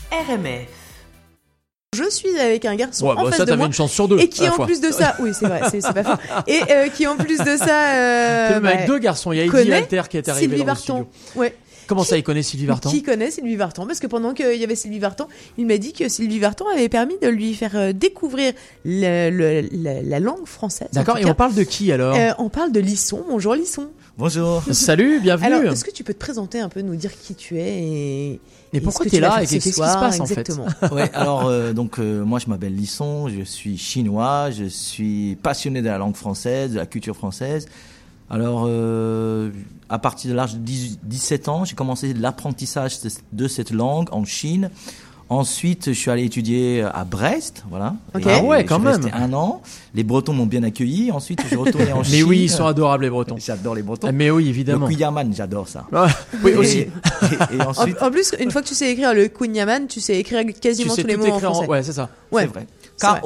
RMF. Je suis avec un garçon en face ça, de t'avais moi une chance sur deux. et qui en plus de ça, oui c'est vrai, c'est pas faux. Et qui en plus de ça, T'es même avec deux garçons. Il y a Eddie connaît Alter qui est arrivé Sylvie dans le Vartan. studio. Ouais. Comment ça, il connaît Sylvie Vartan? Qui connaît Sylvie Vartan? Parce que pendant qu'il y avait Sylvie Vartan, il m'a dit que Sylvie Vartan avait permis de lui faire découvrir la langue française. D'accord. Et on parle de qui alors? On parle de Lisson. Bonjour Lisson. Bonjour. Salut, bienvenue. Alors, est-ce que tu peux te présenter un peu, nous dire qui tu es et pourquoi ce que t'es tu vas là faire et ce qu'est-ce qui se soir, passe exactement. en fait? Ouais, alors moi je m'appelle Lisson, je suis chinois, je suis passionné de la langue française, de la culture française. Alors à partir de l'âge de 17 ans, j'ai commencé l'apprentissage de cette langue en Chine. Ensuite, je suis allé étudier à Brest, voilà. Okay. Ah ouais, quand je même. suis resté 1 an. Les Bretons m'ont bien accueilli. Ensuite, je suis retourné en Chine. Mais oui, ils sont adorables les Bretons. J'adore les Bretons. Mais oui, évidemment. Le Kuyaman, j'adore ça. Oui, Et- aussi. Et ensuite, En plus, une fois que tu sais écrire le Kunyaman, tu sais écrire quasiment Tu sais tous les tout mots en écrire français. Ouais, c'est ça. Ouais. c'est vrai. C'est vrai.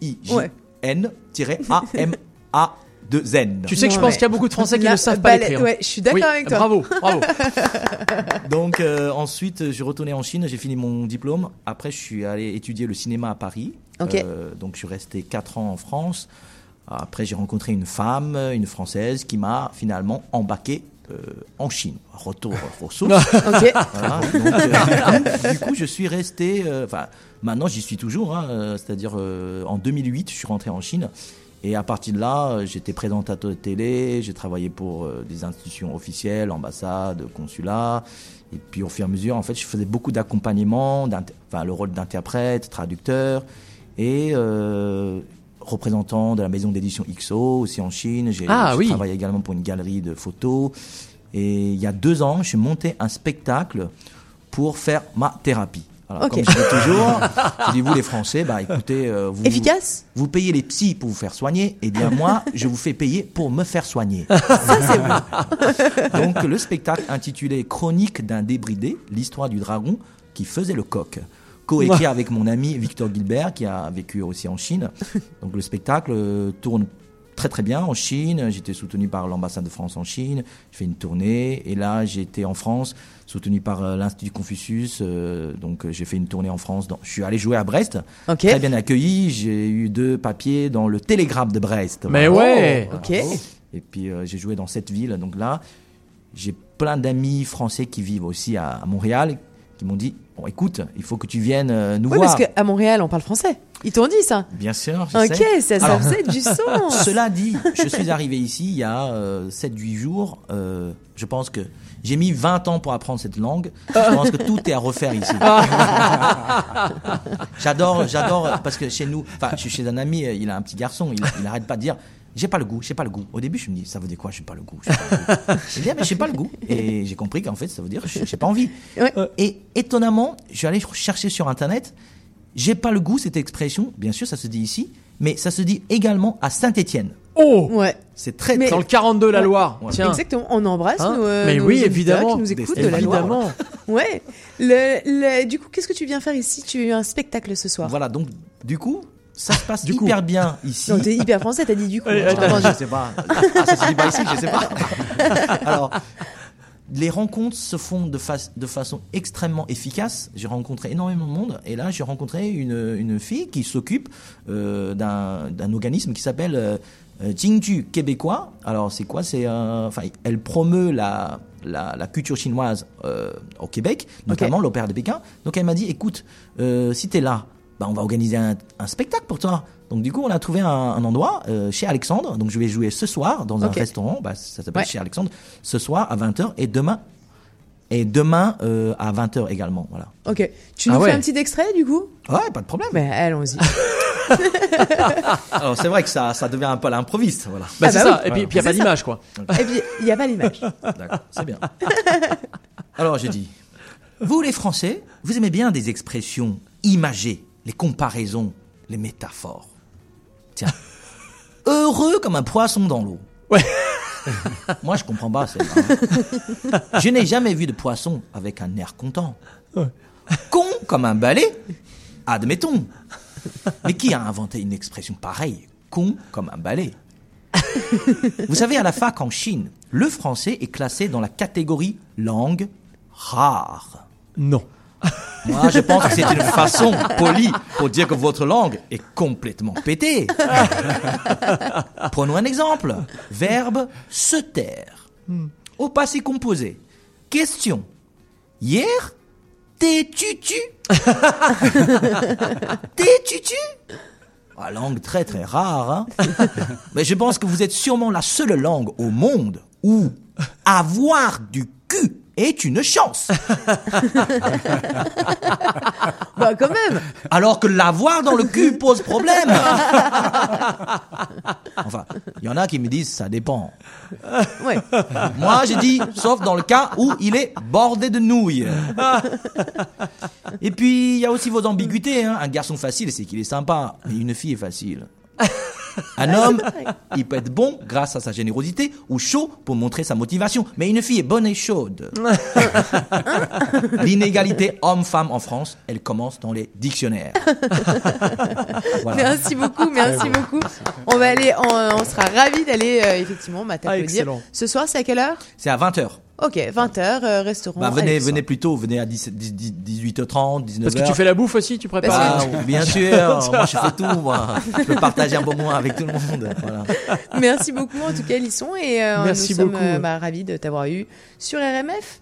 K-O-U-I-J-N-A-M-A-2-N. Tu sais que je Non, pense mais- qu'il y a beaucoup de Français qui La ne savent pas balette, l'écrire. ouais, je suis d'accord Oui, avec toi. Bravo, bravo. Donc ensuite, je suis retourné en Chine, j'ai fini mon diplôme. Après, je suis allé étudier le cinéma à Paris. Ok. Donc je suis resté 4 ans en France. Après, j'ai rencontré une femme, une Française, qui m'a finalement embarqué en Chine. Retour aux sources. Ok. Voilà, donc, du coup, je suis resté. Maintenant, j'y suis toujours. C'est-à-dire, en 2008, je suis rentré en Chine. Et à partir de là, j'étais présentateur de télé. J'ai travaillé pour des institutions officielles, ambassades, consulats. Et puis, au fur et à mesure, en fait, je faisais beaucoup d'accompagnement, le rôle d'interprète, traducteur et représentant de la maison d'édition XO aussi en Chine. J'ai travaillé également pour une galerie de photos. Et il y a 2 ans, je suis monté un spectacle pour faire ma thérapie. Voilà, Ok. comme je dis toujours, je dis vous les Français, écoutez, Efficace. vous payez les psys pour vous faire soigner, et bien moi, je vous fais payer pour me faire soigner. Ça c'est bon. Donc le spectacle intitulé Chronique d'un débridé, l'histoire du dragon qui faisait le coq. Co-écrit avec mon ami Victor Gilbert qui a vécu aussi en Chine. Donc le spectacle tourne très très bien en Chine. J'étais soutenu par l'ambassade de France en Chine. J'ai fait une tournée et là j'étais en France soutenu par l'Institut Confucius. Donc j'ai fait une tournée en France. Je suis allé jouer à Brest. Ok. Très bien accueilli. J'ai eu 2 papiers dans le Télégramme de Brest. Mais Voilà. ouais. Ok. Et puis j'ai joué dans cette ville. Donc là, j'ai plein d'amis français qui vivent aussi à Montréal qui m'ont dit bon, écoute, il faut que tu viennes nous Oui, voir. parce qu'à Montréal, on parle français. Ils t'ont dit ça. Bien sûr, je Ok, sais. ça Alors, faisait du sens. Cela dit, je suis arrivé ici il y a 7-8 jours. Je pense que j'ai mis 20 ans pour apprendre cette langue. Je pense que tout est à refaire ici. J'adore, parce que chez nous, je suis chez un ami, il a un petit garçon, il arrête pas de dire j'ai pas le goût. Au début, je me dis, ça veut dire quoi, j'ai pas le goût? Il dit, mais j'ai pas le goût. Et j'ai compris qu'en fait, ça veut dire, j'ai pas envie. Ouais. Et étonnamment, je suis allé chercher sur Internet, j'ai pas le goût, cette expression, bien sûr, ça se dit ici, mais ça se dit également à Saint-Étienne. Oh, Ouais. C'est très, Mais- dans le 42 la Loire. Ouais. Tiens. Exactement. On embrasse Hein nos, Mais nos oui, auditeurs évidemment. qui nous écoutent de la Loire. Évidemment. Ouais. Du coup, qu'est-ce que tu viens faire ici? Tu as eu un spectacle ce soir. Voilà, donc, du coup, ça se passe Du coup. bien ici. Non, t'es hyper français, t'as dit du coup. Allez, hein, je t'ai entendu. Je sais pas. Ça se dit pas ici, je sais pas. Alors, les rencontres se font de façon extrêmement efficace. J'ai rencontré énormément de monde et là, j'ai rencontré une fille qui s'occupe d'un organisme qui s'appelle Jingju québécois. Alors, c'est quoi? Elle promeut la culture chinoise au Québec, notamment l'Opéra de Pékin. Donc, elle m'a dit, écoute, si t'es là, on va organiser un spectacle pour toi. Donc du coup, on a trouvé un endroit chez Alexandre. Donc je vais jouer ce soir dans un restaurant. Ça s'appelle chez Alexandre. Ce soir à 20h et demain à 20h également. Voilà. Ok. Tu nous fais un petit extrait du coup? Ouais, pas de problème. Ben, allons-y. Alors c'est vrai que ça devient un peu à l'improviste. Voilà. C'est bah ça. oui. Et puis il y a pas d'image quoi. Et puis, il n'y a pas l'image. D'accord, c'est bien. Alors j'ai dit, vous les Français, vous aimez bien des expressions imagées, les comparaisons, les métaphores. Tiens, heureux comme un poisson dans l'eau. Ouais. Moi, je comprends pas celle-là. Je n'ai jamais vu de poisson avec un air content. Con comme un balai, admettons. Mais qui a inventé une expression pareille? Con comme un balai. Vous savez, à la fac en Chine, le français est classé dans la catégorie langue rare. Non. Moi, je pense que c'est une façon polie pour dire que votre langue est complètement pétée. Prenons un exemple. Verbe se taire. Au passé composé. Question. Hier, t'es-tu-tu? T'es-tu-tu? Ah, langue très très rare, hein? Mais je pense que vous êtes sûrement la seule langue au monde où avoir du cul est une chance. Bah, quand même. Alors que l'avoir dans le cul pose problème. Enfin, il y en a qui me disent ça dépend. Ouais. Moi, j'ai dit, sauf dans le cas où il est bordé de nouilles. Et puis, il y a aussi vos ambiguïtés. Hein. Un garçon facile, c'est qu'il est sympa. Mais une fille est facile. Un homme, il peut être bon grâce à sa générosité ou chaud pour montrer sa motivation. Mais une fille est bonne et chaude. L'inégalité homme-femme en France, elle commence dans les dictionnaires. Voilà. Merci beaucoup, merci beaucoup. On va aller, on sera ravis d'aller effectivement t'applaudir. excellent. Ce soir, c'est à quelle heure? C'est à 20h. Ok, 20h, restaurant. Bah, venez Alexandre. plus tôt, venez à 18h30, 19h. Parce que tu fais la bouffe aussi, tu prépares. Parce Ah, bien sûr, moi je fais tout, moi. Je peux partager un bon moment avec tout le monde. Voilà. Merci beaucoup en tout cas, Lisson, et Merci nous sommes beaucoup. ravis de t'avoir eu sur RMF.